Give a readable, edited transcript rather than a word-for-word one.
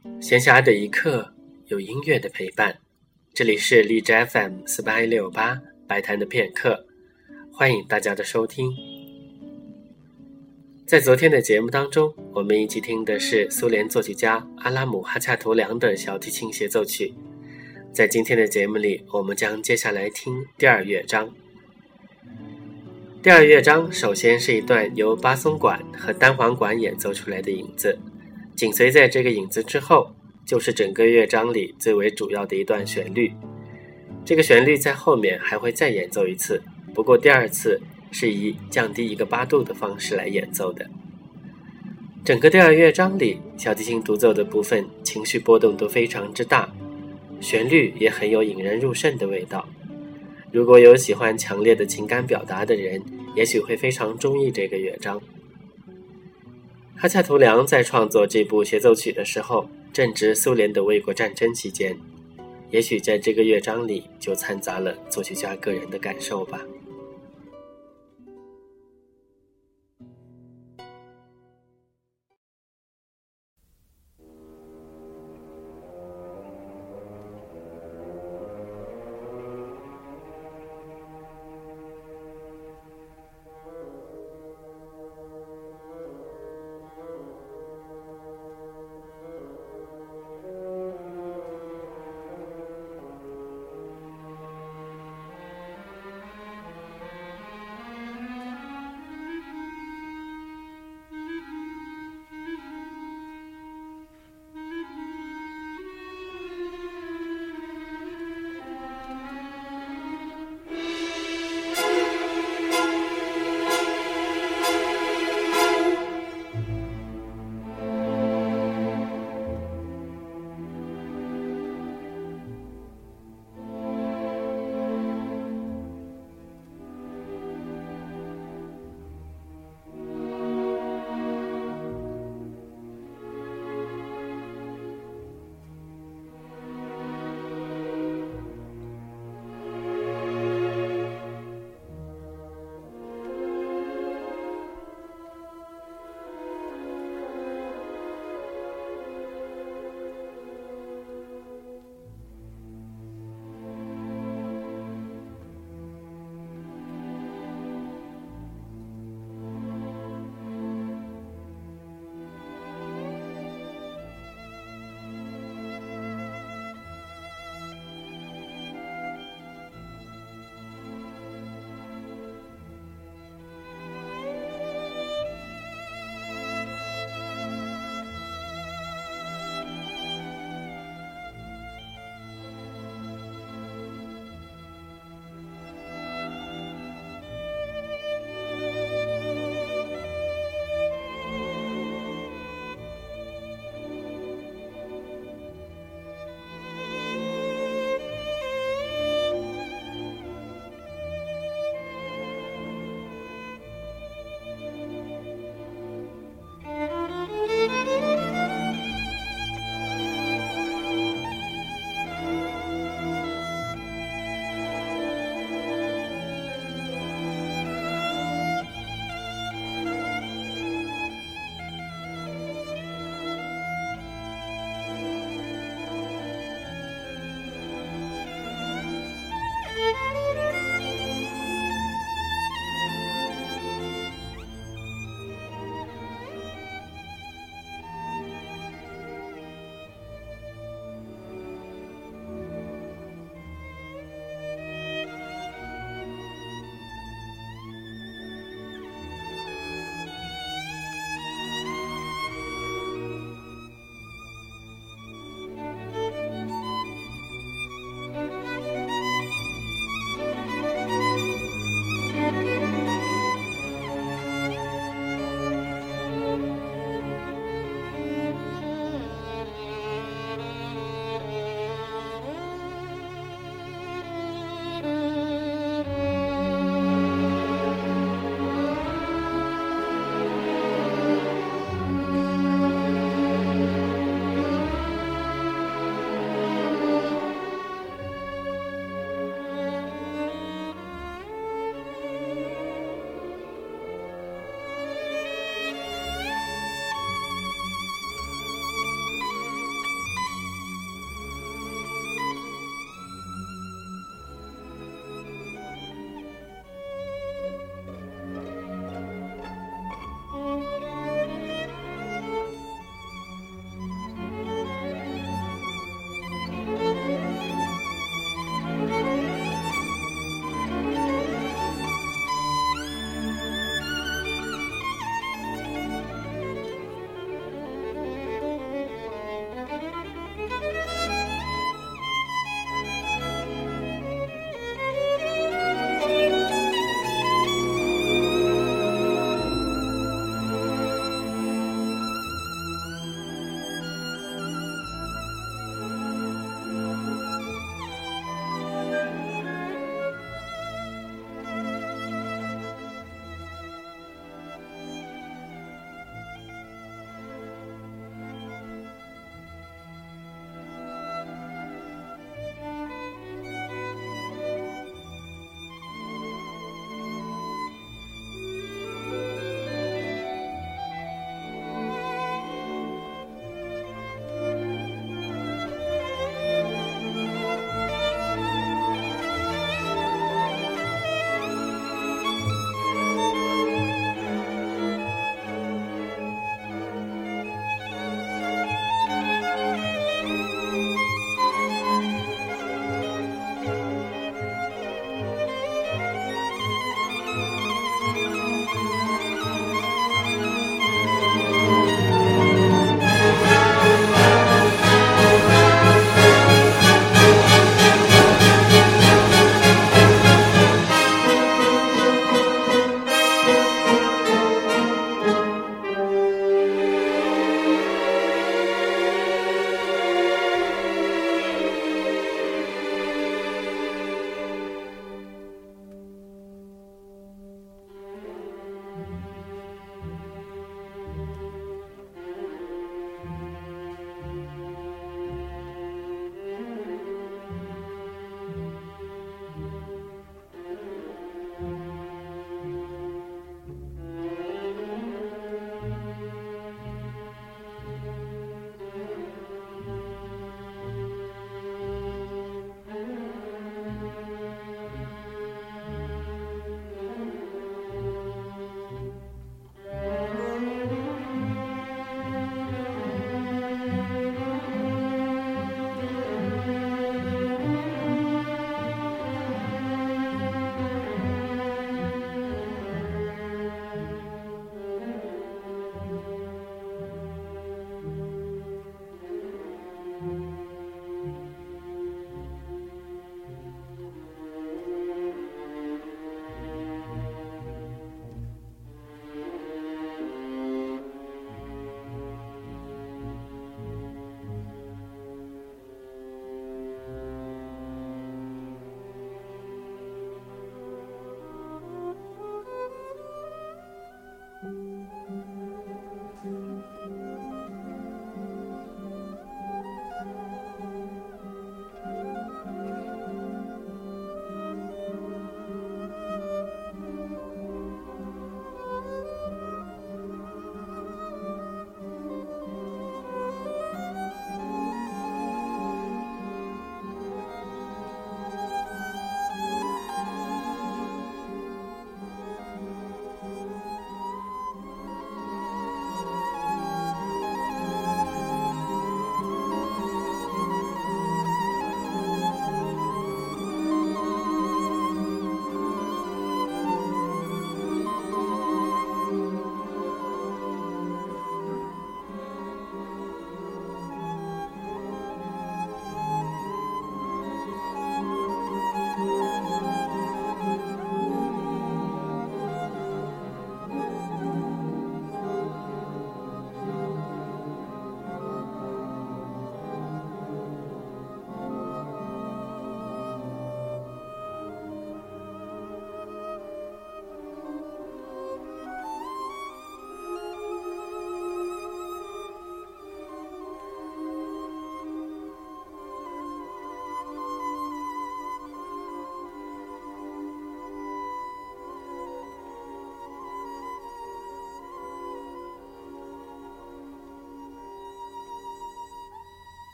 闲暇的一刻，有音乐的陪伴。这里是荔枝 FM4868白谈的片刻，欢迎大家的收听。在昨天的节目当中，我们一起听的是苏联作曲家阿拉姆哈恰图良的小提琴协奏曲。在今天的节目里，我们将接下来听第二乐章。第二乐章首先是一段由巴松管和单簧管演奏出来的影子，紧随在这个影子之后，就是整个乐章里最为主要的一段旋律。这个旋律在后面还会再演奏一次，不过第二次是以降低一个8度的方式来演奏的。整个第二乐章里，小提琴独奏的部分情绪波动都非常之大，旋律也很有引人入胜的味道。如果有喜欢强烈的情感表达的人，也许会非常中意这个乐章。哈恰图良在创作这部协奏曲的时候，正值苏联的卫国战争期间，也许在这个乐章里就掺杂了作曲家个人的感受吧。